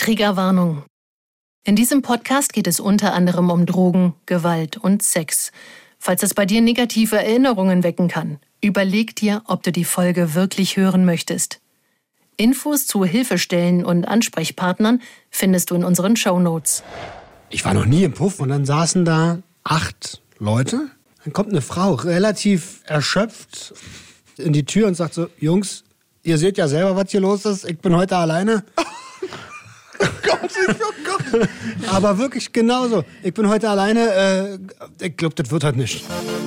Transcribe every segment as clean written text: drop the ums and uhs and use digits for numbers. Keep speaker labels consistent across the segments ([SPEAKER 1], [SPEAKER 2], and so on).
[SPEAKER 1] Triggerwarnung. In diesem Podcast geht es unter anderem um Drogen, Gewalt und Sex. Falls es bei dir negative Erinnerungen wecken kann, überleg dir, ob du die Folge wirklich hören möchtest. Infos zu Hilfestellen und Ansprechpartnern findest du in unseren Shownotes.
[SPEAKER 2] Ich war noch nie im Puff und dann saßen da 8 Leute. Dann kommt eine Frau, relativ erschöpft, in die Tür und sagt so, Jungs, ihr seht ja selber, was hier los ist. Ich bin heute alleine. Oh Gott. Aber wirklich genauso. Ich bin heute alleine. Ich glaube, das wird halt nicht.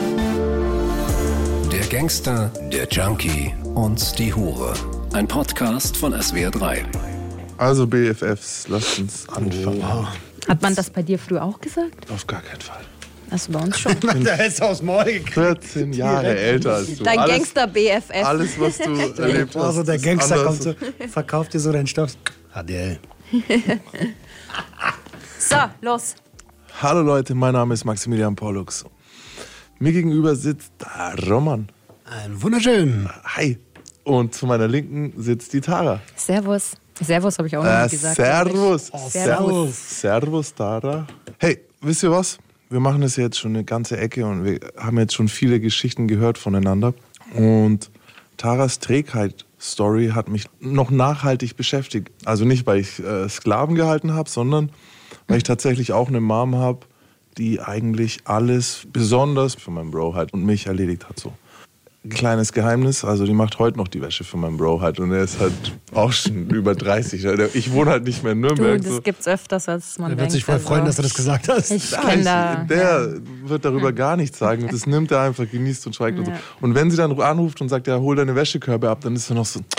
[SPEAKER 3] Der Gangster, der Junkie und die Hure. Ein Podcast von SWR 3.
[SPEAKER 4] Also BFFs, lasst uns anfangen.
[SPEAKER 2] Wow.
[SPEAKER 5] Hat man das bei dir früher auch gesagt?
[SPEAKER 4] Auf gar keinen Fall.
[SPEAKER 5] Also bei uns schon.
[SPEAKER 2] Da hättest du aufs Maul gekriegt.
[SPEAKER 4] 14 Jahre älter als du.
[SPEAKER 5] Dein Gangster-BFF.
[SPEAKER 4] Alles, was du erlebt hast.
[SPEAKER 2] Also der Gangster
[SPEAKER 4] anders.
[SPEAKER 2] kommt so, verkauft dir so deinen Stoff. Adel.
[SPEAKER 5] So, los.
[SPEAKER 4] Hallo Leute, mein Name ist Maximilian Pollux. Mir gegenüber sitzt Roman.
[SPEAKER 2] Ein wunderschön.
[SPEAKER 4] Hi. Und zu meiner Linken sitzt die Tara.
[SPEAKER 5] Servus. Servus habe ich auch noch nie gesagt.
[SPEAKER 4] Servus.
[SPEAKER 5] Servus.
[SPEAKER 4] Servus, Tara. Hey, wisst ihr was? Wir machen das jetzt schon eine ganze Ecke und wir haben jetzt schon viele Geschichten gehört voneinander. Und Taras Trägheit-Story hat mich noch nachhaltig beschäftigt. Also nicht, weil ich Sklaven gehalten habe, sondern weil ich tatsächlich auch eine Mom habe, die eigentlich alles besonders für meinen Bro halt und mich erledigt hat so. Kleines Geheimnis, also die macht heute noch die Wäsche für meinen Bro halt und er ist halt auch schon über 30. Ich wohne halt nicht mehr in Nürnberg.
[SPEAKER 5] Du, das gibt's öfters, als man
[SPEAKER 2] Er
[SPEAKER 5] denkt.
[SPEAKER 2] wird sich voll freuen, dass du das gesagt hast.
[SPEAKER 5] Ich kenn da.
[SPEAKER 4] Der wird darüber gar nichts sagen. Das nimmt er einfach, genießt und schweigt und so. Und wenn sie dann anruft und sagt, ja, hol deine Wäschekörbe ab, dann ist er noch so,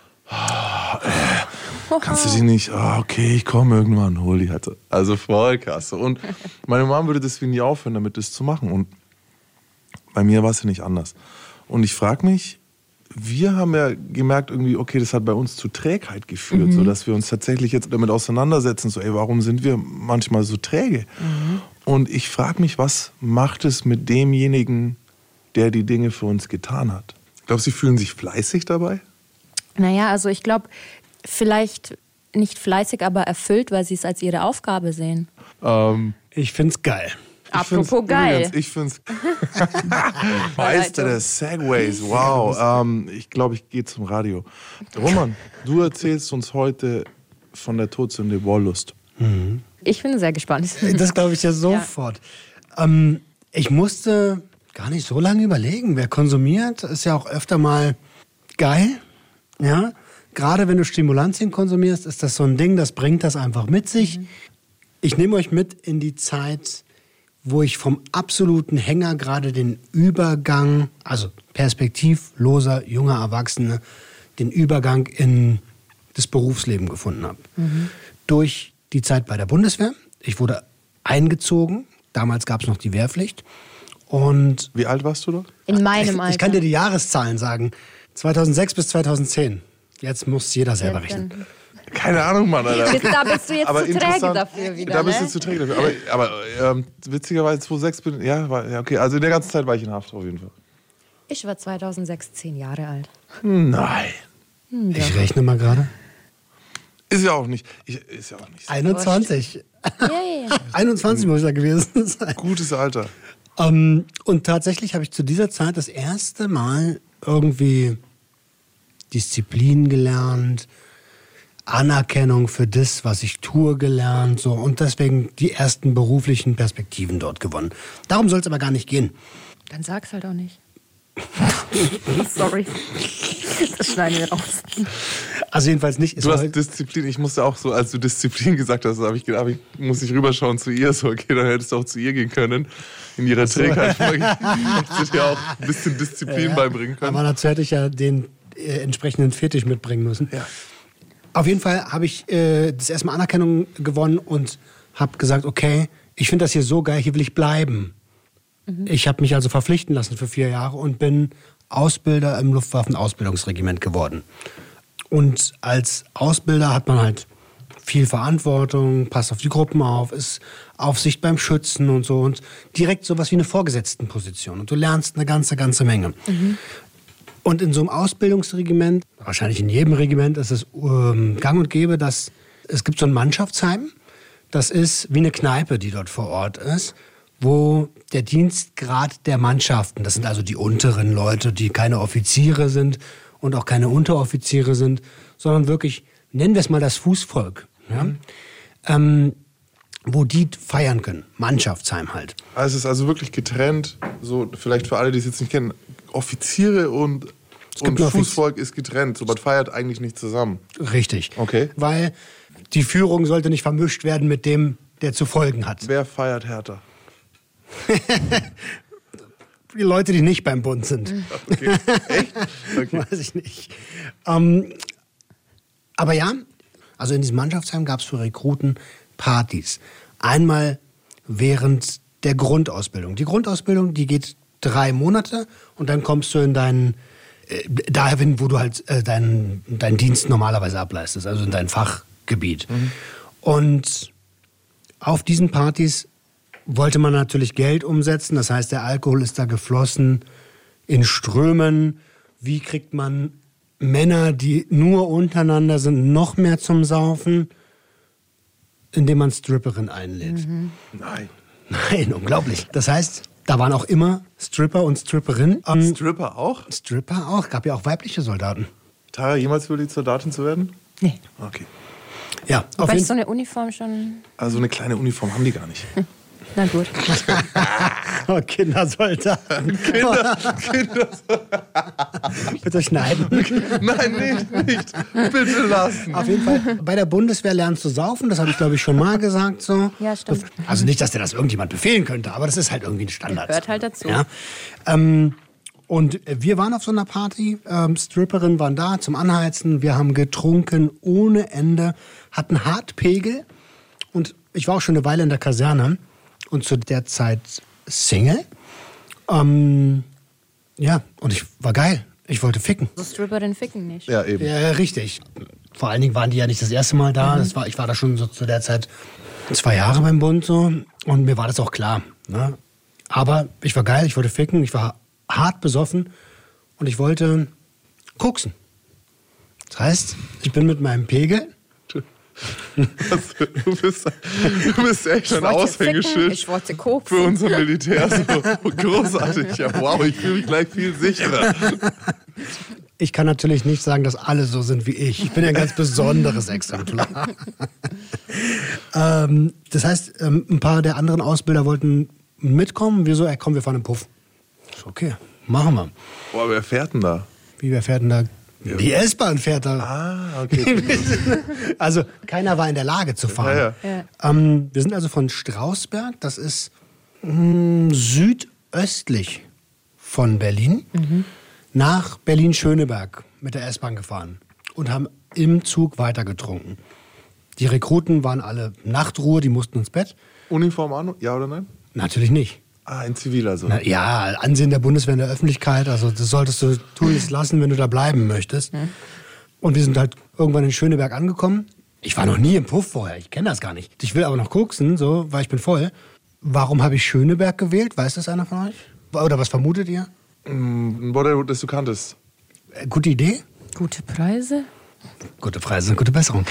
[SPEAKER 4] kannst du die nicht? Okay, ich komme irgendwann, hol die halt. Also voll krass. Und meine Mom würde deswegen nie aufhören, damit das zu machen. Und bei mir war es ja nicht anders. Und ich frage mich, wir haben ja gemerkt irgendwie, okay, das hat bei uns zu Trägheit geführt, sodass wir uns tatsächlich jetzt damit auseinandersetzen, so, ey, warum sind wir manchmal so träge? Und ich frage mich, was macht es mit demjenigen, der die Dinge für uns getan hat? Glaubst du, sie fühlen sich fleißig dabei?
[SPEAKER 5] Naja, also ich glaube, vielleicht nicht fleißig, aber erfüllt, weil sie es als ihre Aufgabe sehen.
[SPEAKER 2] Ich find's geil.
[SPEAKER 5] Apropos geil.
[SPEAKER 4] Ich find's Meister des Segways, wow. Ich glaube, ich gehe zum Radio. Roman, du erzählst uns heute von der Todsünde Wollust.
[SPEAKER 5] Ich bin sehr gespannt.
[SPEAKER 2] Das glaube ich ja sofort. Ich musste gar nicht so lange überlegen. Wer konsumiert, ist ja auch öfter mal geil. Ja? Gerade wenn du Stimulantien konsumierst, ist das so ein Ding, das bringt das einfach mit sich. Ich nehme euch mit in die Zeit, wo ich vom absoluten Hänger gerade den Übergang, also perspektivloser, junger Erwachsene, den Übergang in das Berufsleben gefunden habe. Durch die Zeit bei der Bundeswehr. Ich wurde eingezogen. Damals gab es noch die Wehrpflicht. Und
[SPEAKER 4] Wie alt warst du da?
[SPEAKER 5] In meinem Alter.
[SPEAKER 2] ich kann dir die Jahreszahlen sagen. 2006 bis 2010. Jetzt muss jeder selber rechnen.
[SPEAKER 4] Keine Ahnung, Mann, Alter.
[SPEAKER 5] Da bist du jetzt
[SPEAKER 4] Aber
[SPEAKER 5] zu träge
[SPEAKER 4] interessant.
[SPEAKER 5] dafür wieder,
[SPEAKER 4] Da bist du
[SPEAKER 5] ne?
[SPEAKER 4] zu träge dafür. Aber witzigerweise 2006 bin ich, ja, okay. Also in der ganzen Zeit war ich in Haft auf jeden Fall.
[SPEAKER 5] Ich war 2006 10 Jahre alt.
[SPEAKER 4] Nein.
[SPEAKER 2] Ich rechne mal gerade.
[SPEAKER 4] Ist ja auch nicht.
[SPEAKER 2] 21.
[SPEAKER 5] Ja.
[SPEAKER 2] 21 muss ich da gewesen sein.
[SPEAKER 4] Gutes Alter.
[SPEAKER 2] Und tatsächlich habe ich zu dieser Zeit das erste Mal irgendwie Disziplin gelernt, Anerkennung für das, was ich tue, gelernt. So. Und deswegen die ersten beruflichen Perspektiven dort gewonnen. Darum soll es aber gar nicht gehen.
[SPEAKER 5] Dann sag's halt auch nicht. Sorry. Das schneiden wir raus.
[SPEAKER 2] Also jedenfalls nicht.
[SPEAKER 4] Du hast Disziplin. Ich musste auch so, als du Disziplin gesagt hast, habe ich gedacht, muss ich rüberschauen zu ihr. So, okay, dann hättest du auch zu ihr gehen können. In ihrer Trägheit. Hättest du dir auch ein bisschen Disziplin beibringen können.
[SPEAKER 2] Aber dazu hätte ich ja den entsprechenden Fetisch mitbringen müssen.
[SPEAKER 4] Ja.
[SPEAKER 2] Auf jeden Fall habe ich das erste Mal Anerkennung gewonnen und habe gesagt, okay, ich finde das hier so geil, hier will ich bleiben. Ich habe mich also verpflichten lassen für 4 Jahre und bin Ausbilder im Luftwaffenausbildungsregiment geworden. Und als Ausbilder hat man halt viel Verantwortung, passt auf die Gruppen auf, ist Aufsicht beim Schützen und so und direkt sowas wie eine Vorgesetztenposition. Und du lernst eine ganze Menge. Und in so einem Ausbildungsregiment, wahrscheinlich in jedem Regiment, ist es gang und gäbe, dass Es gibt so ein Mannschaftsheim, das ist wie eine Kneipe, die dort vor Ort ist, wo der Dienstgrad der Mannschaften, das sind also die unteren Leute, die keine Offiziere sind und auch keine Unteroffiziere sind, sondern wirklich, nennen wir es mal das Fußvolk, ja? Wo die feiern können. Mannschaftsheim halt.
[SPEAKER 4] Also es ist also wirklich getrennt, so vielleicht für alle, die es jetzt nicht kennen, Offiziere und Fußvolk ist getrennt, so man feiert eigentlich nicht zusammen.
[SPEAKER 2] Richtig.
[SPEAKER 4] Okay.
[SPEAKER 2] Weil die Führung sollte nicht vermischt werden mit dem, der zu folgen hat.
[SPEAKER 4] Wer feiert härter?
[SPEAKER 2] Die Leute, die nicht beim Bund sind.
[SPEAKER 4] Okay. Echt? Okay.
[SPEAKER 2] Weiß ich nicht. Aber ja, also in diesem Mannschaftsheim gab es für Rekruten Partys. Einmal während der Grundausbildung. Die Grundausbildung, die geht 3 Monate und dann kommst du in deinen, dahin, wo du halt deinen Dienst normalerweise ableistest, also in dein Fachgebiet. Und auf diesen Partys wollte man natürlich Geld umsetzen. Das heißt, der Alkohol ist da geflossen in Strömen. Wie kriegt man Männer, die nur untereinander sind, noch mehr zum Saufen? Indem man Stripperin einlädt. Nein, unglaublich. Das heißt, da waren auch immer Stripper und Stripperinnen.
[SPEAKER 4] Stripper auch?
[SPEAKER 2] Stripper auch. Gab ja auch weibliche Soldaten.
[SPEAKER 4] Tara, jemals überlegt, Soldatin zu werden?
[SPEAKER 5] Nee.
[SPEAKER 4] Okay.
[SPEAKER 2] Ja, auf
[SPEAKER 5] Wobei
[SPEAKER 2] jeden
[SPEAKER 5] so eine Uniform schon...
[SPEAKER 4] Also eine kleine Uniform haben die gar nicht.
[SPEAKER 5] Na gut.
[SPEAKER 2] Oh, Kindersoldaten.
[SPEAKER 4] Kinder.
[SPEAKER 2] Bitte schneiden.
[SPEAKER 4] Nein, nicht. Bitte lassen.
[SPEAKER 2] Auf jeden Fall, bei der Bundeswehr lernst du saufen. Das habe ich, glaube ich, schon mal gesagt. So.
[SPEAKER 5] Ja, stimmt.
[SPEAKER 2] Also nicht, dass dir das irgendjemand befehlen könnte, aber das ist halt irgendwie ein Standard.
[SPEAKER 5] Gehört halt dazu.
[SPEAKER 2] Ja. Und wir waren auf so einer Party. Stripperinnen waren da zum Anheizen. Wir haben getrunken ohne Ende, hatten Hartpegel. Und ich war auch schon eine Weile in der Kaserne und zu der Zeit Single. Ja, und ich war geil. Ich wollte ficken.
[SPEAKER 5] So Stripperin ficken nicht.
[SPEAKER 4] Ja, eben.
[SPEAKER 2] Ja, richtig. Vor allen Dingen waren die ja nicht das erste Mal da. Ich war da schon so zu der Zeit 2 Jahre beim Bund so. Und mir war das auch klar. Ne? Aber ich war geil, ich wollte ficken, ich war hart besoffen und ich wollte koksen. Das heißt, ich bin mit meinem Pegel...
[SPEAKER 4] Du bist echt ein Aushängeschild
[SPEAKER 5] Ich wollte koksen.
[SPEAKER 4] für unser Militär. So großartig. Ja, wow, ich fühle mich gleich viel sicherer.
[SPEAKER 2] Ich kann natürlich nicht sagen, dass alle so sind wie ich. Ich bin ja ein ganz besonderes Exemplar. Das heißt, ein paar der anderen Ausbilder wollten mitkommen. Wir so, komm, wir fahren im Puff. So, okay, machen wir.
[SPEAKER 4] Boah, wer fährt denn da?
[SPEAKER 2] Wie, wer fährt denn da? Die S-Bahn fährt da.
[SPEAKER 4] Ah, okay.
[SPEAKER 2] Also keiner war in der Lage zu fahren.
[SPEAKER 5] Ja.
[SPEAKER 2] Wir sind also von Strausberg, das ist südöstlich von Berlin, nach Berlin-Schöneberg mit der S-Bahn gefahren und haben im Zug weiter getrunken. Die Rekruten waren alle Nachtruhe, die mussten ins Bett.
[SPEAKER 4] Uniform an? Ja oder nein?
[SPEAKER 2] Natürlich nicht.
[SPEAKER 4] Ah, in Zivil also.
[SPEAKER 2] Na, ja, Ansehen der Bundeswehr in der Öffentlichkeit, also das solltest du tun lassen, wenn du da bleiben möchtest. Und wir sind halt irgendwann in Schöneberg angekommen. Ich war noch nie im Puff vorher, ich kenne das gar nicht. Ich will aber noch koksen, so, weil ich bin voll. Warum habe ich Schöneberg gewählt? Weiß das einer von euch? Oder was vermutet ihr?
[SPEAKER 4] Ein Bordell, das du kanntest.
[SPEAKER 2] Gute Idee?
[SPEAKER 5] Gute Preise?
[SPEAKER 2] Gute Preise, gute Besserung.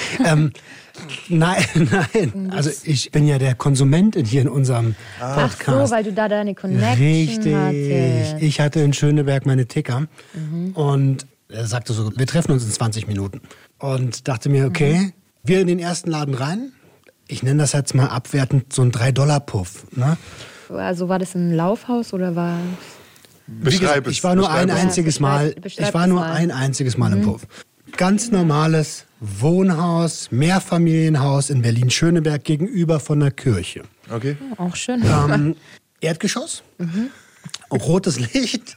[SPEAKER 2] Nein. Also ich bin ja der Konsument hier in unserem Podcast.
[SPEAKER 5] Ach so, weil du da deine Connection
[SPEAKER 2] Richtig.
[SPEAKER 5] hattest.
[SPEAKER 2] Ich hatte in Schöneberg meine Ticker und er sagte so, wir treffen uns in 20 Minuten. Und dachte mir, okay, wir in den ersten Laden rein. Ich nenne das jetzt mal abwertend so ein $3-Puff. Ne?
[SPEAKER 5] Also war das ein Laufhaus oder war...
[SPEAKER 4] Beschreib es.
[SPEAKER 2] Ich war nur ein einziges Mal.
[SPEAKER 5] Beschreib
[SPEAKER 2] Ich war
[SPEAKER 5] es
[SPEAKER 2] nur
[SPEAKER 5] mal.
[SPEAKER 2] ein einziges Mal im Puff. Ganz normales Wohnhaus, Mehrfamilienhaus in Berlin-Schöneberg gegenüber von der Kirche.
[SPEAKER 4] Okay.
[SPEAKER 5] Auch schön.
[SPEAKER 2] Erdgeschoss, rotes Licht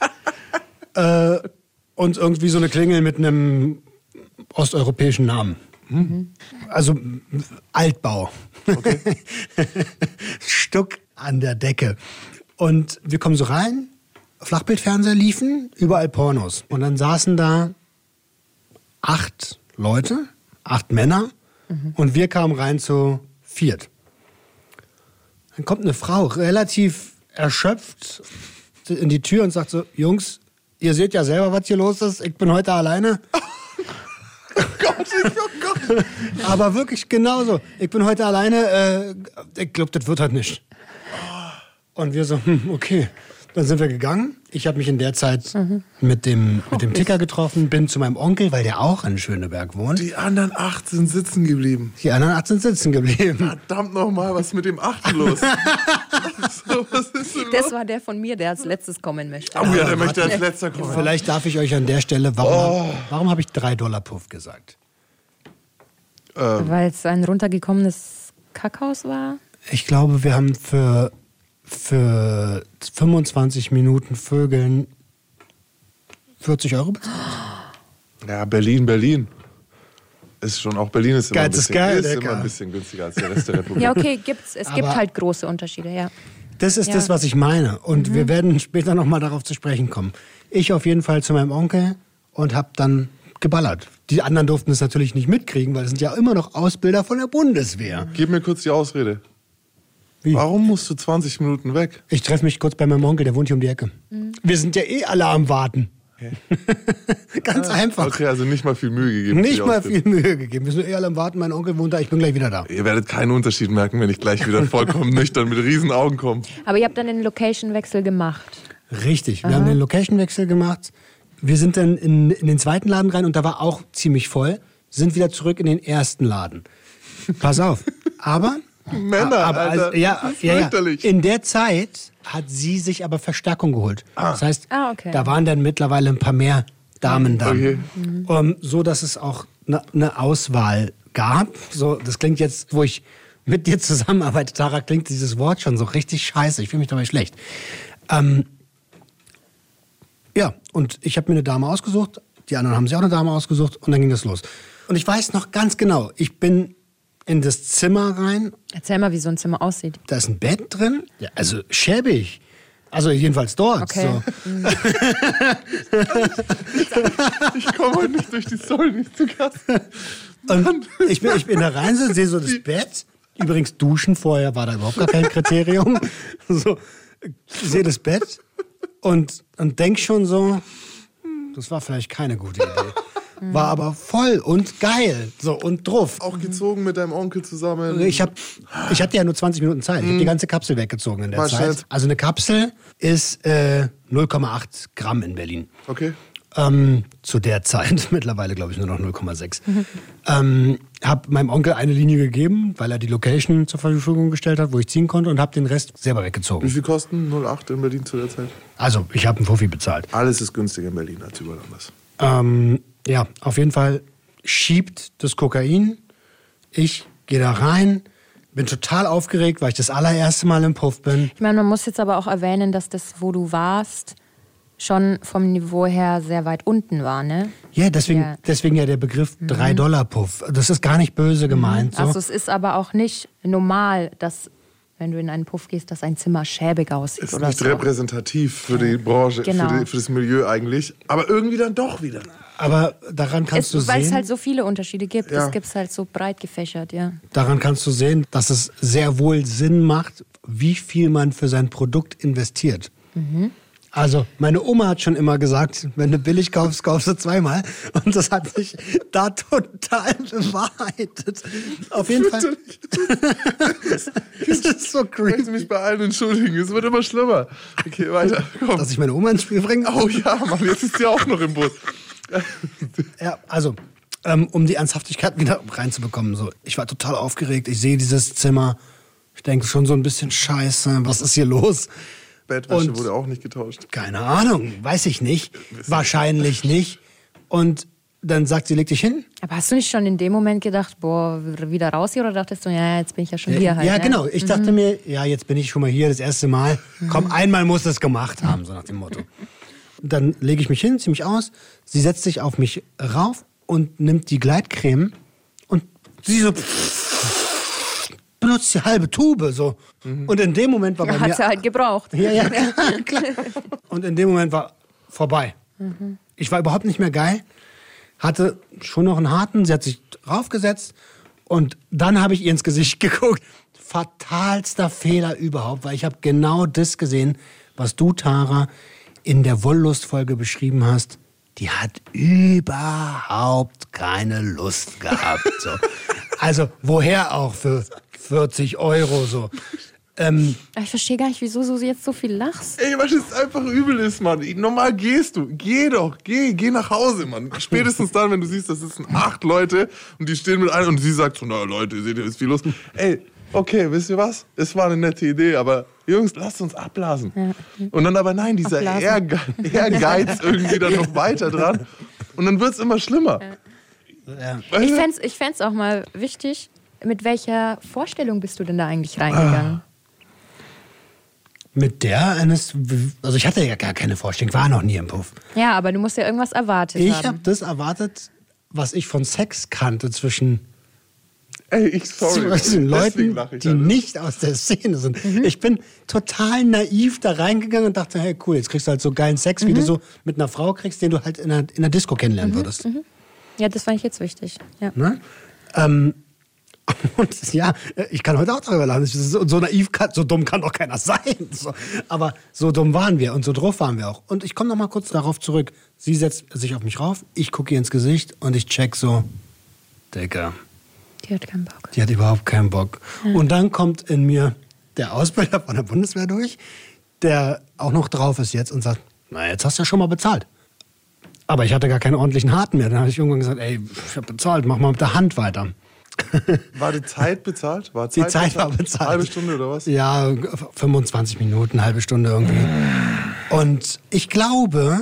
[SPEAKER 2] und irgendwie so eine Klingel mit einem osteuropäischen Namen. Also Altbau.
[SPEAKER 4] Okay.
[SPEAKER 2] Stuck an der Decke. Und wir kommen so rein, Flachbildfernseher liefen, überall Pornos. Und dann saßen da 8 Leute, 8 Männer und wir kamen rein zu 4. Dann kommt eine Frau, relativ erschöpft, in die Tür und sagt so, Jungs, ihr seht ja selber, was hier los ist, ich bin heute alleine.
[SPEAKER 4] Oh Gott.
[SPEAKER 2] Aber wirklich genauso. Ich bin heute alleine, ich glaube, das wird halt nicht. Und wir so, okay. Dann sind wir gegangen. Ich habe mich in der Zeit mit dem Ticker getroffen, bin zu meinem Onkel, weil der auch in Schöneberg wohnt.
[SPEAKER 4] Die anderen 8 sind sitzen geblieben.
[SPEAKER 2] Verdammt
[SPEAKER 4] nochmal, was ist mit dem 8. los? Was ist denn
[SPEAKER 5] Das war der von mir, der als letztes kommen möchte.
[SPEAKER 4] Oh ja, der möchte als letzter kommen.
[SPEAKER 2] Vielleicht darf ich euch an der Stelle, warum habe ich $3 Puff gesagt?
[SPEAKER 5] Weil es ein runtergekommenes Kackhaus war?
[SPEAKER 2] Ich glaube, wir haben für 25 Minuten Vögeln 40 € bezahlt.
[SPEAKER 4] Ja, Berlin. Ist schon, auch Berlin ist immer,
[SPEAKER 2] immer
[SPEAKER 4] ein bisschen günstiger als der Rest der Republik.
[SPEAKER 5] Ja, okay, es gibt halt große Unterschiede, ja.
[SPEAKER 2] Das ist das, was ich meine. Und wir werden später nochmal darauf zu sprechen kommen. Ich auf jeden Fall zu meinem Onkel und habe dann geballert. Die anderen durften es natürlich nicht mitkriegen, weil es sind ja immer noch Ausbilder von der Bundeswehr.
[SPEAKER 4] Gib mir kurz die Ausrede.
[SPEAKER 2] Wie?
[SPEAKER 4] Warum musst du 20 Minuten weg?
[SPEAKER 2] Ich treffe mich kurz bei meinem Onkel, der wohnt hier um die Ecke. Wir sind ja alle am Warten.
[SPEAKER 4] Okay.
[SPEAKER 2] Ganz einfach.
[SPEAKER 4] Okay, also nicht mal viel Mühe gegeben.
[SPEAKER 2] Nicht mal viel Mühe gegeben. Wir sind alle am Warten, mein Onkel wohnt da, ich bin gleich wieder da.
[SPEAKER 4] Ihr werdet keinen Unterschied merken, wenn ich gleich wieder vollkommen nüchtern mit riesen Augen komme.
[SPEAKER 5] Aber ihr habt dann den Location-Wechsel gemacht.
[SPEAKER 2] Richtig, wir haben den Location-Wechsel gemacht. Wir sind dann in den zweiten Laden rein und da war auch ziemlich voll. Sind wieder zurück in den ersten Laden. Pass auf. Aber
[SPEAKER 4] Männer, Alter,
[SPEAKER 2] fürchterlich. In der Zeit hat sie sich aber Verstärkung geholt. Das heißt, da waren dann mittlerweile ein paar mehr Damen da.
[SPEAKER 4] Okay.
[SPEAKER 2] So, dass es auch eine Auswahl gab. So, das klingt jetzt, wo ich mit dir zusammenarbeite, Tara, klingt dieses Wort schon so richtig scheiße. Ich fühle mich dabei schlecht. Ja, und ich habe mir eine Dame ausgesucht. Die anderen haben sich auch eine Dame ausgesucht. Und dann ging das los. Und ich weiß noch ganz genau, ich bin in das Zimmer rein.
[SPEAKER 5] Erzähl mal, wie so ein Zimmer aussieht.
[SPEAKER 2] Da ist ein Bett drin. Ja, also schäbig. Also jedenfalls dort.
[SPEAKER 5] Okay.
[SPEAKER 2] So.
[SPEAKER 4] Ich komme heute nicht durch die Story nicht zu Gast.
[SPEAKER 2] Und ich bin da rein, sehe so das Bett. Übrigens duschen vorher war da überhaupt gar kein Kriterium. So, sehe das Bett und denk schon so, das war vielleicht keine gute Idee. War aber voll und geil. So, und drauf.
[SPEAKER 4] Auch gezogen mit deinem Onkel zusammen.
[SPEAKER 2] Ich hatte ja nur 20 Minuten Zeit. Ich habe die ganze Kapsel weggezogen in der Zeit.
[SPEAKER 4] Schnell.
[SPEAKER 2] Also eine Kapsel ist 0,8 Gramm in Berlin.
[SPEAKER 4] Okay.
[SPEAKER 2] Zu der Zeit, mittlerweile glaube ich nur noch 0,6. Hab meinem Onkel eine Linie gegeben, weil er die Location zur Verfügung gestellt hat, wo ich ziehen konnte und habe den Rest selber weggezogen.
[SPEAKER 4] Wie viel kosten 0,8 in Berlin zu der Zeit?
[SPEAKER 2] Also ich habe einen Fuffi bezahlt.
[SPEAKER 4] Alles ist günstiger in Berlin als überall anders.
[SPEAKER 2] Ja, auf jeden Fall schiebt das Kokain. Ich gehe da rein, bin total aufgeregt, weil ich das allererste Mal im Puff bin.
[SPEAKER 5] Ich meine, man muss jetzt aber auch erwähnen, dass das, wo du warst, schon vom Niveau her sehr weit unten war, ne?
[SPEAKER 2] Ja, deswegen ja der Begriff $3 Puff. Das ist gar nicht böse gemeint. So.
[SPEAKER 5] Also es ist aber auch nicht normal, dass, wenn du in einen Puff gehst, dass ein Zimmer schäbig aussieht.
[SPEAKER 4] Ist
[SPEAKER 5] oder
[SPEAKER 4] nicht
[SPEAKER 5] so.
[SPEAKER 4] repräsentativ für die Branche,
[SPEAKER 5] Genau.
[SPEAKER 4] für das Milieu eigentlich. Aber irgendwie dann doch wieder.
[SPEAKER 2] Aber daran kannst du
[SPEAKER 5] Weil es
[SPEAKER 2] sehen,
[SPEAKER 5] halt so viele Unterschiede gibt.
[SPEAKER 4] Ja.
[SPEAKER 5] Es gibt halt so breit gefächert, ja.
[SPEAKER 2] daran kannst du sehen, dass es sehr wohl Sinn macht, wie viel man für sein Produkt investiert. Also, meine Oma hat schon immer gesagt, wenn du billig kaufst, kaufst du zweimal. Und das hat sich da total bewahrheitet. Auf jeden Fall. Das ist so
[SPEAKER 4] Ich möchte
[SPEAKER 2] creepy.
[SPEAKER 4] mich bei allen entschuldigen. Es wird immer schlimmer. Okay, weiter. Komm.
[SPEAKER 2] Dass ich meine Oma ins Spiel bringe?
[SPEAKER 4] Oh ja, Mann, jetzt ist sie auch noch im Boot.
[SPEAKER 2] Ja, also, um die Ernsthaftigkeit wieder reinzubekommen. So, ich war total aufgeregt. Ich sehe dieses Zimmer. Ich denke schon so ein bisschen Scheiße. Was ist hier los?
[SPEAKER 4] Bettwäsche
[SPEAKER 2] Und-
[SPEAKER 4] wurde auch nicht getauscht.
[SPEAKER 2] Keine Ahnung, weiß ich nicht. Wahrscheinlich nicht. Und dann sagt sie, leg dich hin.
[SPEAKER 5] Aber hast du nicht schon in dem Moment gedacht, boah, wieder raus hier? Oder dachtest du, ja, jetzt bin ich ja schon hier halt?
[SPEAKER 2] Ja,
[SPEAKER 5] ne?
[SPEAKER 2] genau. Ich dachte mir, ja, jetzt bin ich schon mal hier, das erste Mal. Komm, einmal muss es gemacht haben, so nach dem Motto. Dann lege ich mich hin, ziehe mich aus. Sie setzt sich auf mich rauf und nimmt die Gleitcreme und sie so benutzt die halbe Tube so. Und in dem Moment war bei
[SPEAKER 5] Hat
[SPEAKER 2] mir...
[SPEAKER 5] sie halt gebraucht.
[SPEAKER 2] Ja, klar. Und in dem Moment war vorbei. Ich war überhaupt nicht mehr geil. Hatte schon noch einen harten. Sie hat sich raufgesetzt. Und dann habe ich ihr ins Gesicht geguckt. Fatalster Fehler überhaupt. Weil ich habe genau das gesehen, was du, Tara, in der Wollust-Folge beschrieben hast. die hat überhaupt keine Lust gehabt. So. Also woher auch für 40 € so.
[SPEAKER 5] Ich verstehe gar nicht, wieso du jetzt so viel lachst.
[SPEAKER 4] Ey, weil es einfach übel ist, Mann. Normal gehst du. Geh doch. Geh nach Hause, Mann. Spätestens dann, wenn du siehst, das sind 8 Leute und die stehen mit einem und sie sagt so, na Leute, seht ihr, ist viel los. Ey, okay, wisst ihr was? Es war eine nette Idee, aber Jungs, lasst uns abblasen. Ja. Und dann aber nein, dieser Ehrgeiz irgendwie dann noch weiter dran. Und dann wird es immer schlimmer.
[SPEAKER 5] Ja. Ich fänd's auch mal wichtig, mit welcher Vorstellung bist du denn da eigentlich reingegangen?
[SPEAKER 2] Mit der also ich hatte ja gar keine Vorstellung, war noch nie im Puff.
[SPEAKER 5] Ja, aber du musst ja irgendwas erwartet haben.
[SPEAKER 2] Ich habe das erwartet, was ich von Sex kannte zwischen Leuten, die nicht aus der Szene sind. Ich bin total naiv da reingegangen und dachte, hey cool, jetzt kriegst du halt so geilen Sex, wie du so mit einer Frau kriegst, den du halt in einer Disco kennenlernen würdest.
[SPEAKER 5] Ja, das fand ich jetzt wichtig. Ja.
[SPEAKER 2] Ne? Und ja, ich kann heute auch darüber lachen. So naiv, so dumm kann doch keiner sein. So, aber so dumm waren wir und so drauf waren wir auch. Und ich komme noch mal kurz darauf zurück. Sie setzt sich auf mich rauf, ich gucke ihr ins Gesicht und ich check so, Digga.
[SPEAKER 5] Die hat keinen Bock.
[SPEAKER 2] Die hat überhaupt keinen Bock. Ja. Und dann kommt in mir der Ausbilder von der Bundeswehr durch, der auch noch drauf ist jetzt und sagt, na, jetzt hast du ja schon mal bezahlt. Aber ich hatte gar keinen ordentlichen Harten mehr. Dann habe ich irgendwann gesagt, ey, ich habe bezahlt, mach mal mit der Hand weiter.
[SPEAKER 4] War die Zeit bezahlt?
[SPEAKER 2] Die Zeit war bezahlt.
[SPEAKER 4] Halbe Stunde oder was?
[SPEAKER 2] Ja, 25 Minuten, halbe Stunde irgendwie. Und ich glaube,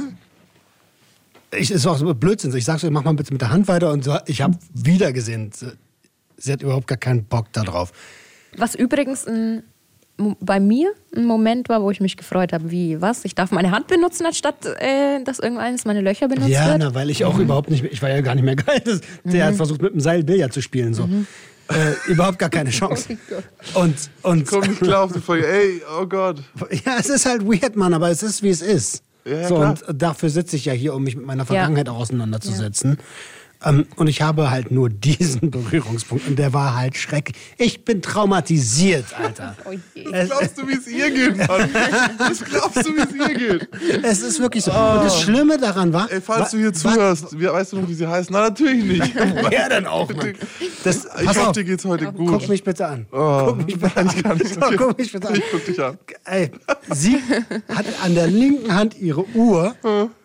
[SPEAKER 2] ist auch so Blödsinn. Ich sage so, mach mal bitte mit der Hand weiter. Und so, ich habe wieder gesehen, sie hat überhaupt gar keinen Bock da drauf.
[SPEAKER 5] Was übrigens bei mir ein Moment war, wo ich mich gefreut habe. Wie, was? Ich darf meine Hand benutzen, anstatt dass irgendeines meine Löcher benutzt wird?
[SPEAKER 2] Ja, na, weil ich auch überhaupt nicht mehr, ich war ja gar nicht mehr geil. Der hat versucht, mit dem Seil Billard zu spielen. So. Überhaupt gar keine Chance. Und
[SPEAKER 4] komm nicht klar auf die Folge. Ey, oh Gott.
[SPEAKER 2] Ja, es ist halt weird, Mann, aber es ist, wie es ist.
[SPEAKER 4] Ja,
[SPEAKER 2] so, und dafür sitze ich ja hier, um mich mit meiner Vergangenheit auch auseinanderzusetzen. Ja. Und ich habe halt nur diesen Berührungspunkt und der war halt schrecklich. Ich bin traumatisiert, Alter.
[SPEAKER 4] Oh je. Was glaubst du, wie es ihr geht, Mann? Was glaubst du, wie es ihr geht?
[SPEAKER 2] Es ist wirklich so. Oh. Und das Schlimme daran war...
[SPEAKER 4] Ey, falls du hier zuhörst, weißt du noch, wie sie heißt? Na, natürlich nicht.
[SPEAKER 2] Wer denn auch, Mann?
[SPEAKER 4] Ich hoffe, dir geht's heute gut.
[SPEAKER 2] Guck mich bitte an. Guck mich bitte an. Guck mich bitte an.
[SPEAKER 4] Ich guck dich an.
[SPEAKER 2] Ey, sie hat an der linken Hand ihre Uhr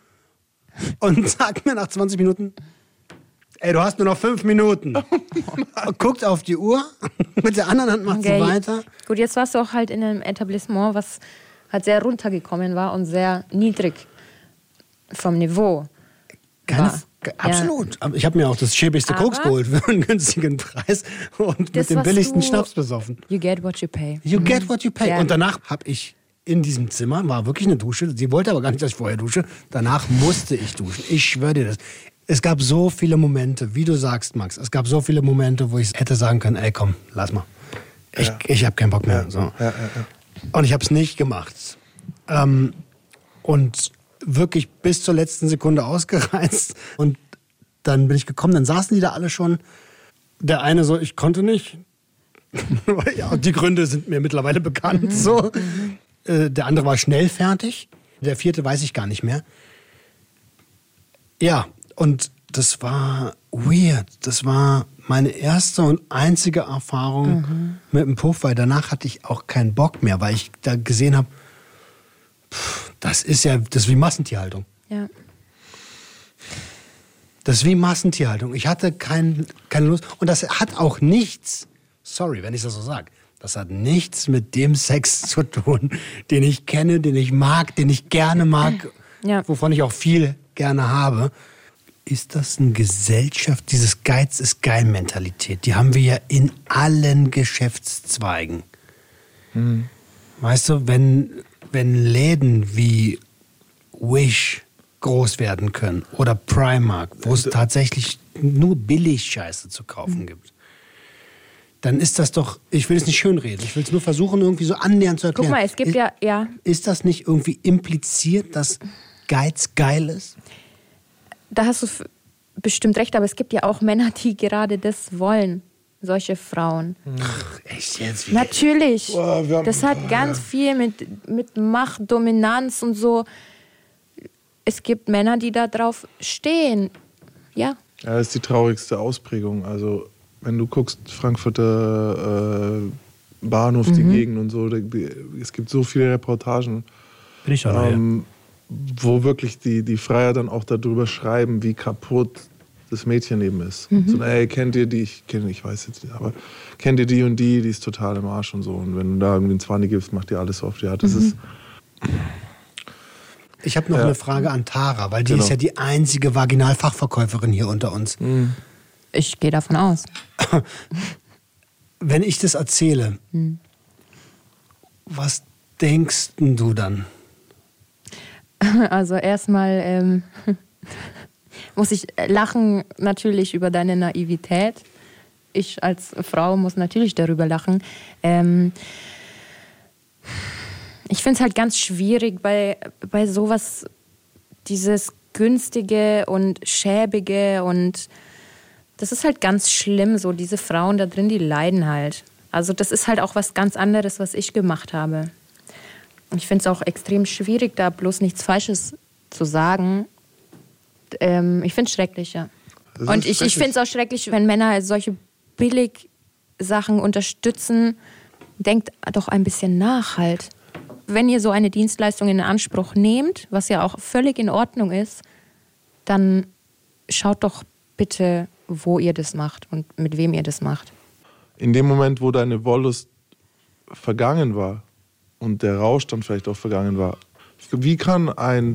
[SPEAKER 2] und sagt mir nach 20 Minuten... Ey, du hast nur noch 5 Minuten. Guckt auf die Uhr, mit der anderen Hand macht sie weiter.
[SPEAKER 5] Gut, jetzt warst du auch halt in einem Etablissement, was halt sehr runtergekommen war und sehr niedrig vom Niveau.
[SPEAKER 2] Absolut. Ja. Ich habe mir auch das schäbigste Koks geholt für einen günstigen Preis und mit dem billigsten Schnaps besoffen.
[SPEAKER 5] You get what you pay.
[SPEAKER 2] You get what you pay. Ja. Und danach habe ich in diesem Zimmer, war wirklich eine Dusche, sie wollte aber gar nicht, dass ich vorher dusche, danach musste ich duschen. Ich schwöre dir das. Es gab so viele Momente, wie du sagst, Max, es gab so viele Momente, wo ich hätte sagen können, ey komm, lass mal. Ich habe keinen Bock mehr. Ja. So. Ja. Und ich habe es nicht gemacht. Und wirklich bis zur letzten Sekunde ausgereizt. Und dann bin ich gekommen, dann saßen die da alle schon. Der eine so, ich konnte nicht. Ja, die Gründe sind mir mittlerweile bekannt. So. Der andere war schnell fertig. Der vierte weiß ich gar nicht mehr. Ja, und das war weird. Das war meine erste und einzige Erfahrung mit dem Puff, weil danach hatte ich auch keinen Bock mehr, weil ich da gesehen habe, das ist wie Massentierhaltung.
[SPEAKER 5] Ja.
[SPEAKER 2] Das ist wie Massentierhaltung. Ich hatte keine Lust. Und das hat auch nichts, sorry, wenn ich das so sage, das hat nichts mit dem Sex zu tun, den ich kenne, den ich mag, den ich gerne mag, wovon ich auch viel gerne habe. Ist das eine Gesellschaft, dieses Geiz ist geil Mentalität, die haben wir ja in allen Geschäftszweigen. Weißt du, wenn Läden wie Wish groß werden können oder Primark, wo es tatsächlich nur Billig-Scheiße zu kaufen gibt, dann ist das doch, ich will es nicht schönreden, ich will es nur versuchen, irgendwie so annähernd zu erklären.
[SPEAKER 5] Guck mal, es gibt ja...
[SPEAKER 2] Ist das nicht irgendwie impliziert, dass Geiz geil ist?
[SPEAKER 5] Da hast du bestimmt recht, aber es gibt ja auch Männer, die gerade das wollen. Solche Frauen.
[SPEAKER 2] Ach, echt jetzt?
[SPEAKER 5] Natürlich. Boah, das hat ganz viel mit Macht, Dominanz und so. es gibt Männer, die da drauf stehen. Ja.
[SPEAKER 4] Ja, das ist die traurigste Ausprägung. Also, wenn du guckst, Frankfurter Bahnhof, die Gegend und so, es gibt so viele Reportagen,
[SPEAKER 2] Bin ich schon
[SPEAKER 4] wo wirklich die Freier dann auch darüber schreiben, wie kaputt das Mädchen eben ist. So, ey, kennt ihr die? Ich weiß jetzt nicht, aber kennt ihr die und die ist total im Arsch und so. Und wenn du da irgendwie einen 20 gibst, macht ihr alles auf die Art. Das ist...
[SPEAKER 2] Ich habe noch eine Frage an Tara, weil die ist ja die einzige Vaginalfachverkäuferin hier unter uns.
[SPEAKER 5] Ich gehe davon aus.
[SPEAKER 2] Wenn ich das erzähle, was denkst du dann?
[SPEAKER 5] Also erstmal muss ich lachen natürlich über deine Naivität. Ich als Frau muss natürlich darüber lachen. Ich finde es halt ganz schwierig bei sowas, dieses Günstige und Schäbige, und das ist halt ganz schlimm, so diese Frauen da drin, die leiden halt. Also das ist halt auch was ganz anderes, was ich gemacht habe. Und ich finde es auch extrem schwierig, da bloß nichts Falsches zu sagen. Ich finde es schrecklich, ja. Und ich finde es auch schrecklich, wenn Männer solche Billig-Sachen unterstützen. Denkt doch ein bisschen nach halt. Wenn ihr so eine Dienstleistung in Anspruch nehmt, was ja auch völlig in Ordnung ist, dann schaut doch bitte, wo ihr das macht und mit wem ihr das macht.
[SPEAKER 4] In dem Moment, wo deine Wollust vergangen war und der Rausch dann vielleicht auch vergangen war, wie kann ein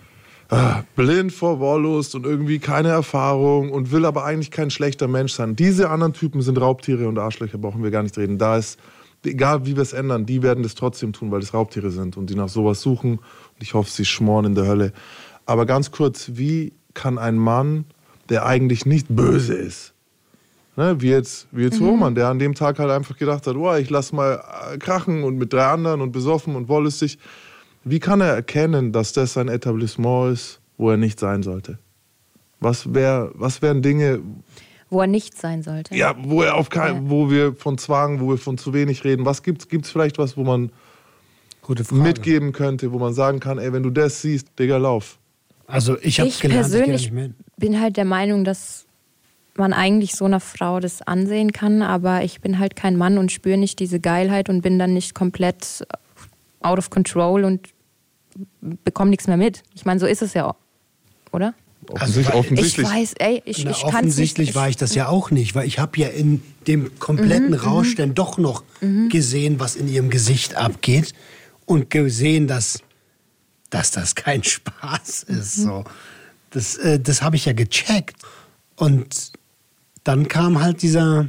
[SPEAKER 4] blind vor Wollust und irgendwie keine Erfahrung und will aber eigentlich kein schlechter Mensch sein. Diese anderen Typen sind Raubtiere und Arschlöcher, brauchen wir gar nicht reden. Da ist, egal wie wir es ändern, die werden das trotzdem tun, weil das Raubtiere sind und die nach sowas suchen. Und ich hoffe, sie schmoren in der Hölle. Aber ganz kurz, wie kann ein Mann, der eigentlich nicht böse ist, ne, wie jetzt Roman, der an dem Tag halt einfach gedacht hat, oh, ich lass mal krachen und mit 3 anderen und besoffen und wollüstig, wie kann er erkennen, dass das ein Etablissement ist, wo er nicht sein sollte? Was wären Dinge,
[SPEAKER 5] wo er nicht sein sollte?
[SPEAKER 4] Ja, wo wir von Zwang, wo wir von zu wenig reden. Was gibt's vielleicht was, wo man mitgeben könnte, wo man sagen kann, ey, wenn du das siehst, Digga, lauf.
[SPEAKER 2] Also ich habe gelernt,
[SPEAKER 5] persönlich bin halt der Meinung, dass man eigentlich so einer Frau das ansehen kann, aber ich bin halt kein Mann und spüre nicht diese Geilheit und bin dann nicht komplett out of control und bekomme nichts mehr mit. Ich meine, so ist es ja, oder?
[SPEAKER 4] Offensichtlich.
[SPEAKER 5] Ich weiß, ey, ich kann es nicht.
[SPEAKER 2] Offensichtlich war ich das ja auch nicht, weil ich habe ja in dem kompletten Rausch dann doch noch gesehen, was in ihrem Gesicht abgeht und gesehen, dass das kein Spaß ist. So. Das habe ich ja gecheckt. Und dann kam halt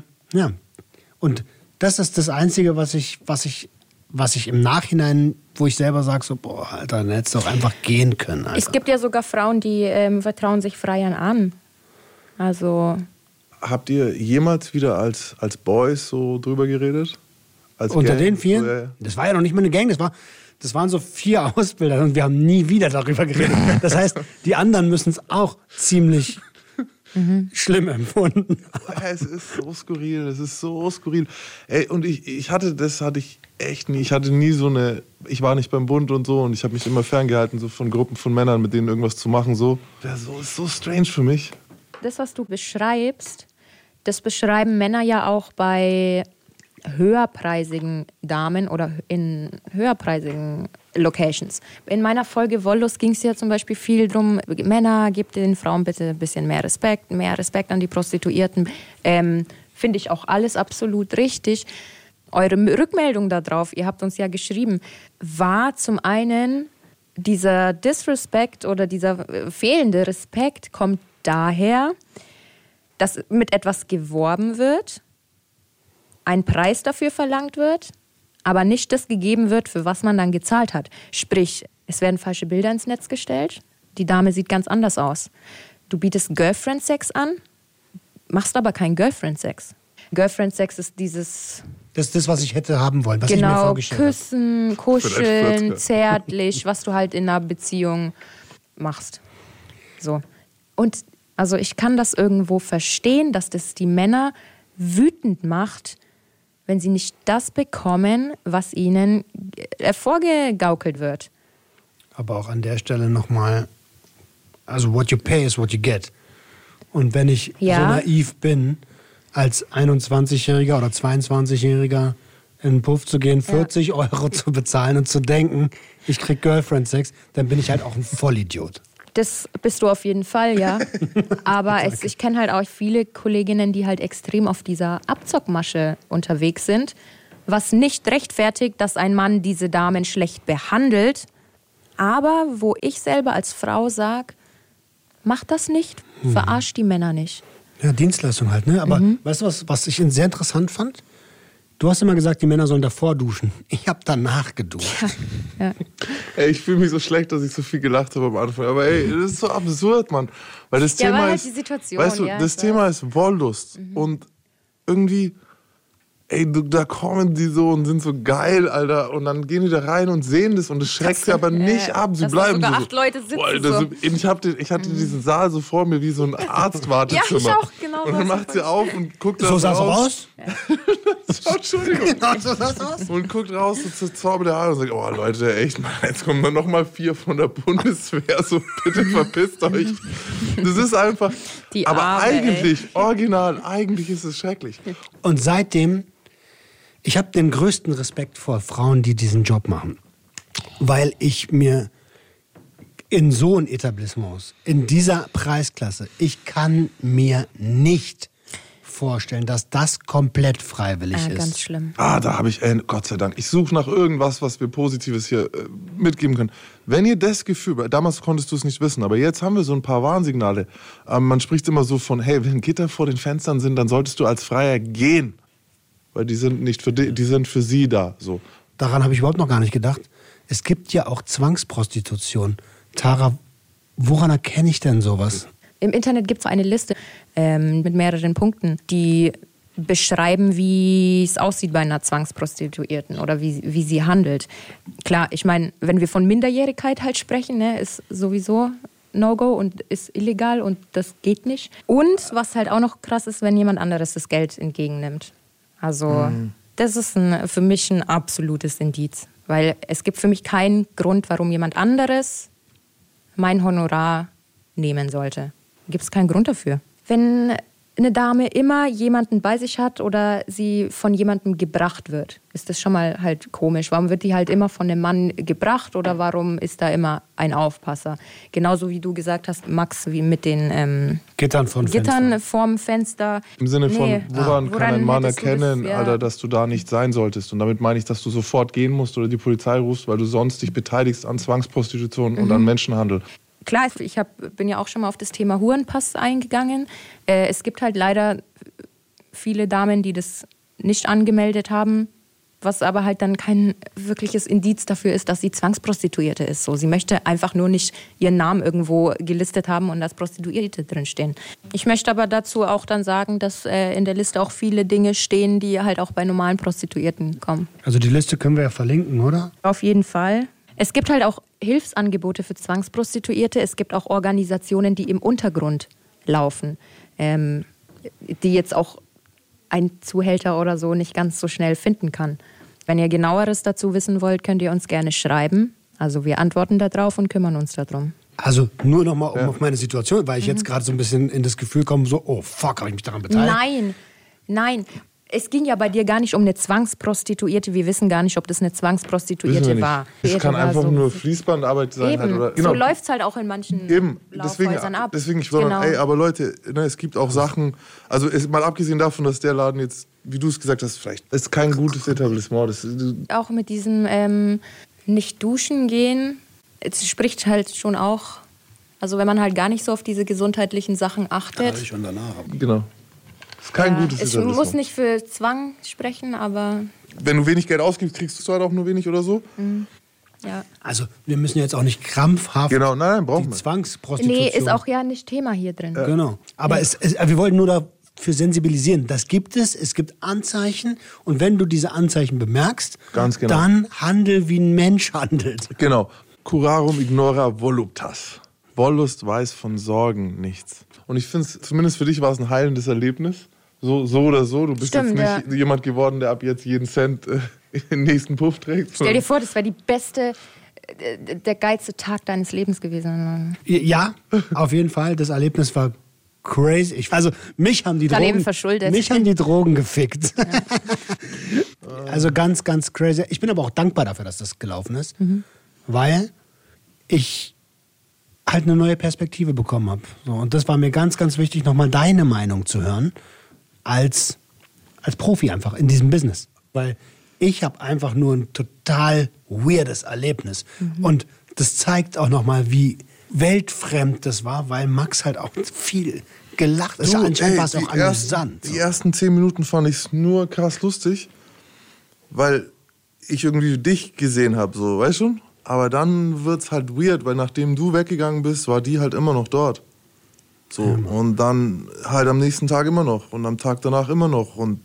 [SPEAKER 2] und das ist das Einzige, was ich im Nachhinein, wo ich selber sage, so, boah, Alter, dann hättest du doch einfach gehen können. Alter.
[SPEAKER 5] Es gibt ja sogar Frauen, die vertrauen sich Freiern an. Also.
[SPEAKER 4] Habt ihr jemals wieder als Boys so drüber geredet? Als
[SPEAKER 2] Unter
[SPEAKER 4] Gang?
[SPEAKER 2] den 4? Das war ja noch nicht mal eine Gang, das waren so 4 Ausbilder und wir haben nie wieder darüber geredet. Das heißt, die anderen müssen es auch ziemlich schlimm empfunden.
[SPEAKER 4] Es ist so skurril, Ey, und ich hatte echt nie. Ich hatte nie ich war nicht beim Bund und so und ich habe mich immer ferngehalten so von Gruppen von Männern, mit denen irgendwas zu machen. So. Das ist so strange für mich.
[SPEAKER 5] Das, was du beschreibst, das beschreiben Männer ja auch bei höherpreisigen Damen oder in höherpreisigen Locations. In meiner Folge Wollust ging es ja zum Beispiel viel darum, Männer, gebt den Frauen bitte ein bisschen mehr Respekt an die Prostituierten. Finde ich auch alles absolut richtig. Eure Rückmeldung darauf, ihr habt uns ja geschrieben, war zum einen dieser Disrespect oder dieser fehlende Respekt kommt daher, dass mit etwas geworben wird, ein Preis dafür verlangt wird, aber nicht das gegeben wird, für was man dann gezahlt hat. Sprich, es werden falsche Bilder ins Netz gestellt, die Dame sieht ganz anders aus. Du bietest Girlfriend-Sex an, machst aber keinen Girlfriend-Sex. Girlfriend-Sex ist dieses...
[SPEAKER 2] Das ist das, was ich hätte haben wollen, was ich mir vorgestellt habe.
[SPEAKER 5] Küssen, kuscheln, zärtlich, was du halt in einer Beziehung machst. So. Und also ich kann das irgendwo verstehen, dass das die Männer wütend macht, wenn sie nicht das bekommen, was ihnen vorgegaukelt wird.
[SPEAKER 2] Aber auch an der Stelle nochmal, Also what you pay is what you get. Und wenn ich so naiv bin, als 21-Jähriger oder 22-Jähriger in den Puff zu gehen, 40 Euro zu bezahlen und zu denken, ich krieg Girlfriend-Sex, dann bin ich halt auch ein Vollidiot.
[SPEAKER 5] Das bist du auf jeden Fall, ja. Aber ich kenne halt auch viele Kolleginnen, die halt extrem auf dieser Abzockmasche unterwegs sind, was nicht rechtfertigt, dass ein Mann diese Damen schlecht behandelt. Aber wo ich selber als Frau sage, mach das nicht, verarsch die Männer nicht.
[SPEAKER 2] Ja, Dienstleistung halt, ne? Aber weißt du, was ich sehr interessant fand? Du hast immer gesagt, die Männer sollen davor duschen. Ich habe danach geduscht.
[SPEAKER 5] Ja.
[SPEAKER 4] Ey, ich fühle mich so schlecht, dass ich so viel gelacht habe am Anfang. Aber ey, das ist so absurd, Mann. Weil das Thema
[SPEAKER 5] halt
[SPEAKER 4] ist,
[SPEAKER 5] die Situation,
[SPEAKER 4] weißt du, das Thema ist Wollust. Und irgendwie, ey, da kommen die so und sind so geil, Alter. Und dann gehen die da rein und sehen das und das schreckt sie aber nicht ab. Sie bleiben
[SPEAKER 5] sogar
[SPEAKER 4] so.
[SPEAKER 5] 8 Leute sitzen
[SPEAKER 4] Boah, ich hatte diesen Saal so vor mir wie so ein Arztwartezimmer.
[SPEAKER 5] Ja, ich auch, genau.
[SPEAKER 4] Und dann macht sie auf und guckt
[SPEAKER 2] So sah es aus?
[SPEAKER 4] Entschuldigung.
[SPEAKER 2] Genau, so sah es aus.
[SPEAKER 4] Und guckt raus so zur Zorbe der Haare und sagt, oh Leute, echt, Mann, jetzt kommen dann nochmal 4 von der Bundeswehr, so bitte verpisst euch. Das ist einfach,
[SPEAKER 5] Die
[SPEAKER 4] aber
[SPEAKER 5] Arme,
[SPEAKER 4] eigentlich, original, eigentlich ist es schrecklich.
[SPEAKER 2] Und seitdem, ich habe den größten Respekt vor Frauen, die diesen Job machen. Weil ich mir in so ein Etablissement, in dieser Preisklasse, ich kann mir nicht vorstellen, dass das komplett freiwillig ist.
[SPEAKER 5] Ganz schlimm.
[SPEAKER 4] Da habe ich, Gott sei Dank, ich suche nach irgendwas, was wir Positives hier mitgeben können. Wenn ihr das Gefühl, damals konntest du es nicht wissen, aber jetzt haben wir so ein paar Warnsignale. Man spricht immer so von, hey, wenn Gitter vor den Fenstern sind, dann solltest du als Freier gehen. Weil die sind nicht für die sind für sie da. So.
[SPEAKER 2] Daran habe ich überhaupt noch gar nicht gedacht. Es gibt ja auch Zwangsprostitution. Tara, woran erkenne ich denn sowas?
[SPEAKER 5] Im Internet gibt es eine Liste mit mehreren Punkten, die beschreiben, wie es aussieht bei einer Zwangsprostituierten oder wie sie handelt. Klar, ich meine, wenn wir von Minderjährigkeit halt sprechen, ne, ist sowieso No-Go und ist illegal und das geht nicht. Und was halt auch noch krass ist, wenn jemand anderes das Geld entgegennimmt. Also das ist für mich ein absolutes Indiz. Weil es gibt für mich keinen Grund, warum jemand anderes mein Honorar nehmen sollte. Gibt es keinen Grund dafür. Wenn eine Dame immer jemanden bei sich hat oder sie von jemandem gebracht wird, ist das schon mal halt komisch. Warum wird die halt immer von einem Mann gebracht oder warum ist da immer ein Aufpasser? Genauso wie du gesagt hast, Max, wie mit den
[SPEAKER 2] Gittern
[SPEAKER 5] vorm Fenster.
[SPEAKER 4] Im Sinne von, woran kann ein Mann erkennen, Alter, dass du da nicht sein solltest? Und damit meine ich, dass du sofort gehen musst oder die Polizei rufst, weil du sonst dich beteiligst an Zwangsprostitution und an Menschenhandel.
[SPEAKER 5] Klar, ich bin ja auch schon mal auf das Thema Hurenpass eingegangen. Es gibt halt leider viele Damen, die das nicht angemeldet haben, was aber halt dann kein wirkliches Indiz dafür ist, dass sie Zwangsprostituierte ist. So, sie möchte einfach nur nicht ihren Namen irgendwo gelistet haben und als Prostituierte drinstehen. Ich möchte aber dazu auch dann sagen, dass in der Liste auch viele Dinge stehen, die halt auch bei normalen Prostituierten kommen.
[SPEAKER 2] Also die Liste können wir ja verlinken, oder?
[SPEAKER 5] Auf jeden Fall. Es gibt halt auch Hilfsangebote für Zwangsprostituierte. Es gibt auch Organisationen, die im Untergrund laufen, die jetzt auch ein Zuhälter oder so nicht ganz so schnell finden kann. Wenn ihr Genaueres dazu wissen wollt, könnt ihr uns gerne schreiben. Also wir antworten darauf und kümmern uns darum.
[SPEAKER 2] Also nur nochmal auf meine Situation, weil ich jetzt gerade so ein bisschen in das Gefühl komme, so, oh fuck, habe ich mich daran beteiligt?
[SPEAKER 5] Nein. Es ging ja bei dir gar nicht um eine Zwangsprostituierte. Wir wissen gar nicht, ob das eine Zwangsprostituierte war.
[SPEAKER 4] Es kann einfach so nur Fließbandarbeit sein. Halt, oder,
[SPEAKER 5] so läuft es halt auch in manchen Laufhäusern ab.
[SPEAKER 4] Deswegen, ich war, aber Leute, ne, es gibt auch Sachen, also mal abgesehen davon, dass der Laden jetzt, wie du es gesagt hast, vielleicht ist kein gutes Etablissement.
[SPEAKER 5] Auch mit diesem nicht duschen gehen, es spricht halt schon auch, also wenn man halt gar nicht so auf diese gesundheitlichen Sachen achtet.
[SPEAKER 2] Ja, und danach.
[SPEAKER 4] Genau. Ist kein gutes Etablissement.
[SPEAKER 5] Ich muss nicht für Zwang sprechen, aber...
[SPEAKER 4] Wenn du wenig Geld ausgibst, kriegst du halt auch nur wenig oder so.
[SPEAKER 5] Ja.
[SPEAKER 2] Also wir müssen jetzt auch nicht krampfhaft
[SPEAKER 4] brauchen wir.
[SPEAKER 2] Zwangsprostitution...
[SPEAKER 5] Nee, ist auch ja nicht Thema hier drin.
[SPEAKER 2] Genau. Aber wir wollten nur dafür sensibilisieren. Das gibt es gibt Anzeichen. Und wenn du diese Anzeichen bemerkst,
[SPEAKER 4] ganz genau,
[SPEAKER 2] dann handel wie ein Mensch handelt.
[SPEAKER 4] Genau. Curarum ignora voluptas. Wollust weiß von Sorgen nichts. Und ich finde, zumindest für dich war es ein heilendes Erlebnis. So oder so. Du bist jetzt nicht jemand geworden, der ab jetzt jeden Cent in den nächsten Puff trägt.
[SPEAKER 5] Stell dir vor, das wäre die beste der geilste Tag deines Lebens gewesen?
[SPEAKER 2] Ja, auf jeden Fall. Das Erlebnis war crazy. Also mich haben die Drogen gefickt. Ja. Also ganz, ganz crazy. Ich bin aber auch dankbar dafür, dass das gelaufen ist, weil ich halt eine neue Perspektive bekommen habe. So, und das war mir ganz, ganz wichtig, nochmal deine Meinung zu hören, als Profi einfach in diesem Business. Weil ich habe einfach nur ein total weirdes Erlebnis. Und das zeigt auch nochmal, wie weltfremd das war, weil Max halt auch viel gelacht hat. Anscheinend war es auch amüsant.
[SPEAKER 4] Die ersten 10 Minuten fand ich es nur krass lustig, weil ich irgendwie dich gesehen habe, so, weißt du? Aber dann wird's halt weird, weil nachdem du weggegangen bist, war die halt immer noch dort. So, und dann halt am nächsten Tag immer noch und am Tag danach immer noch. Und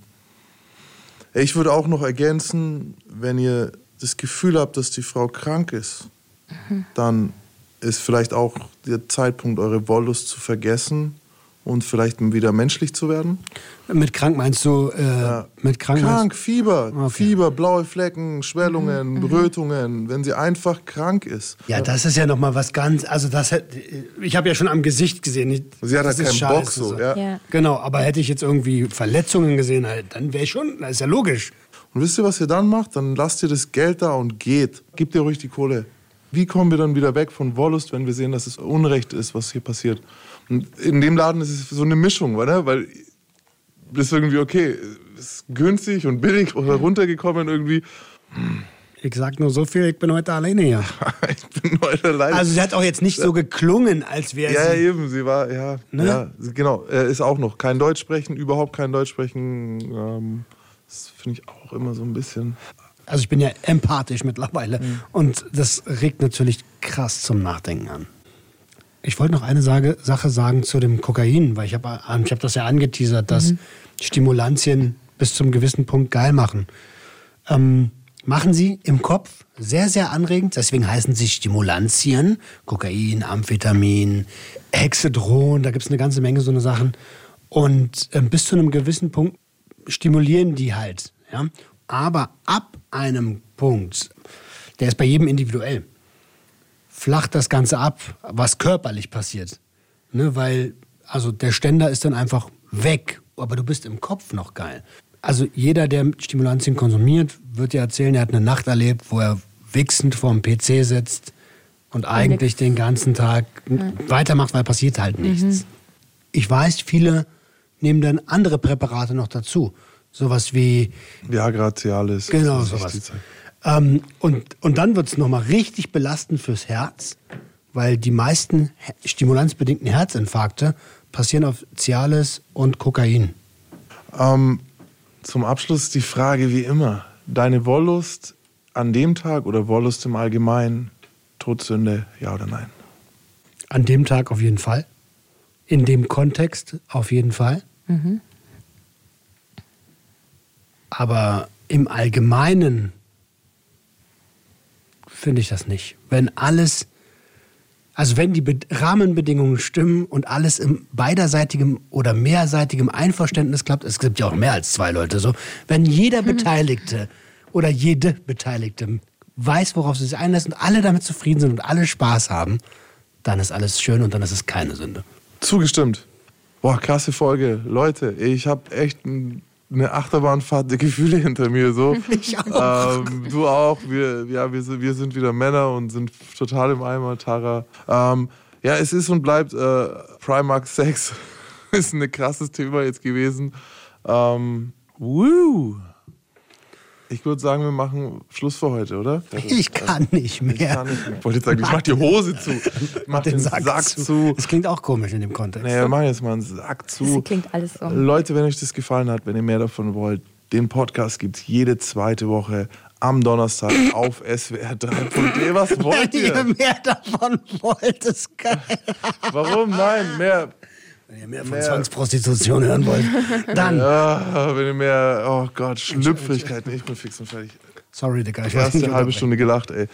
[SPEAKER 4] ich würde auch noch ergänzen, wenn ihr das Gefühl habt, dass die Frau krank ist, dann ist vielleicht auch der Zeitpunkt, eure Wollust zu vergessen und vielleicht wieder menschlich zu werden.
[SPEAKER 2] Mit krank meinst du?
[SPEAKER 4] Krank, Fieber, okay. Fieber, blaue Flecken, Schwellungen, Rötungen, wenn sie einfach krank ist.
[SPEAKER 2] Ja, das ist ja nochmal was ganz, also ich habe ja schon am Gesicht gesehen.
[SPEAKER 4] Sie hat halt keinen Bock so. Ja.
[SPEAKER 2] Genau, aber hätte ich jetzt irgendwie Verletzungen gesehen, halt, dann wäre ich schon, das ist ja logisch.
[SPEAKER 4] Und wisst ihr, was ihr dann macht? Dann lasst ihr das Geld da und geht. Gebt ihr ruhig die Kohle. Wie kommen wir dann wieder weg von Wollust, wenn wir sehen, dass es Unrecht ist, was hier passiert? Und in dem Laden ist es so eine Mischung, oder? Weil das ist irgendwie okay, ist günstig und billig oder runtergekommen irgendwie.
[SPEAKER 2] Ich sag nur so viel, ich bin heute alleine hier.
[SPEAKER 4] Ich bin heute alleine.
[SPEAKER 2] Also sie hat auch jetzt nicht so geklungen, als wäre sie...
[SPEAKER 4] Ja, eben, sie war, ja, genau. Ist auch noch kein Deutsch sprechen, überhaupt kein Deutsch sprechen. Das finde ich auch immer so ein bisschen...
[SPEAKER 2] Also ich bin ja empathisch mittlerweile und das regt natürlich krass zum Nachdenken an. Ich wollte noch eine Sache sagen zu dem Kokain, weil ich hab das ja angeteasert, dass Stimulantien bis zum gewissen Punkt geil machen. Machen sie im Kopf sehr, sehr anregend, deswegen heißen sie Stimulantien, Kokain, Amphetamin, Hexedron, da gibt es eine ganze Menge so eine Sachen. Und bis zu einem gewissen Punkt stimulieren die halt, ja. Aber ab einem Punkt, der ist bei jedem individuell, flacht das Ganze ab, was körperlich passiert. Ne, weil, also der Ständer ist dann einfach weg, aber du bist im Kopf noch geil. Also jeder, der Stimulantien konsumiert, wird dir erzählen, er hat eine Nacht erlebt, wo er wichsend vorm PC sitzt und eigentlich den ganzen Tag weitermacht, weil passiert halt nichts. Ich weiß, viele nehmen dann andere Präparate noch dazu. Sowas wie...
[SPEAKER 4] Viagra, Cialis.
[SPEAKER 2] Genau, sowas. Und dann wird es nochmal richtig belastend fürs Herz, weil die meisten stimulanzbedingten Herzinfarkte passieren auf Cialis und Kokain.
[SPEAKER 4] Zum Abschluss die Frage wie immer. Deine Wollust an dem Tag oder Wollust im Allgemeinen, Todsünde, ja oder nein?
[SPEAKER 2] An dem Tag auf jeden Fall. In dem Kontext auf jeden Fall. Aber im Allgemeinen finde ich das nicht. Wenn die Rahmenbedingungen stimmen und alles im beiderseitigem oder mehrseitigem Einverständnis klappt, es gibt ja auch mehr als 2 Leute so, wenn jeder Beteiligte oder jede Beteiligte weiß, worauf sie sich einlassen und alle damit zufrieden sind und alle Spaß haben, dann ist alles schön und dann ist es keine Sünde.
[SPEAKER 4] Zugestimmt. Boah, krasse Folge. Leute, ich habe echt eine Achterbahnfahrt der Gefühle hinter mir. So.
[SPEAKER 2] Ich auch.
[SPEAKER 4] Du auch. Wir sind wieder Männer und sind total im Eimer, Tara. Ja, es ist und bleibt Primark Sex. Ist ein krasses Thema jetzt gewesen. Ich würde sagen, wir machen Schluss für heute, oder?
[SPEAKER 2] Ich kann nicht mehr.
[SPEAKER 4] Ich wollte jetzt sagen, ich mach die Hose zu. Mach den Sack zu.
[SPEAKER 2] Das klingt auch komisch in dem Kontext.
[SPEAKER 4] Nee, wir machen jetzt mal einen Sack zu.
[SPEAKER 5] Das klingt alles so.
[SPEAKER 4] Leute, wenn euch das gefallen hat, wenn ihr mehr davon wollt, den Podcast gibt es jede 2. Woche am Donnerstag auf swr3.de. Was wollt ihr?
[SPEAKER 2] Wenn ihr mehr davon wollt, ist geil.
[SPEAKER 4] Warum? Nein, mehr.
[SPEAKER 2] Wenn ihr mehr von Zwangsprostitution hören wollt, dann.
[SPEAKER 4] Ja, wenn ihr mehr, oh Gott, Schlüpfrigkeiten. Ich bin fix und fertig.
[SPEAKER 2] Sorry, Digga.
[SPEAKER 4] Ich habe eine halbe Stunde gelacht, ey.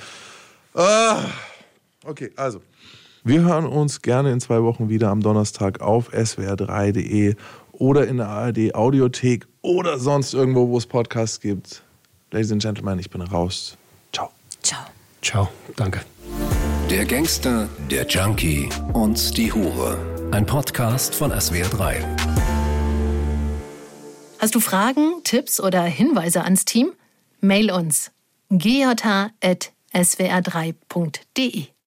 [SPEAKER 4] Okay, also. Wir hören uns gerne in 2 Wochen wieder am Donnerstag auf swr3.de oder in der ARD Audiothek oder sonst irgendwo, wo es Podcasts gibt. Ladies and Gentlemen, ich bin raus. Ciao.
[SPEAKER 5] Ciao.
[SPEAKER 2] Ciao. Ciao, danke.
[SPEAKER 3] Der Gangster, der Junkie und die Hure. Ein Podcast von SWR3.
[SPEAKER 1] Hast du Fragen, Tipps oder Hinweise ans Team? Mail uns gj@swr3.de.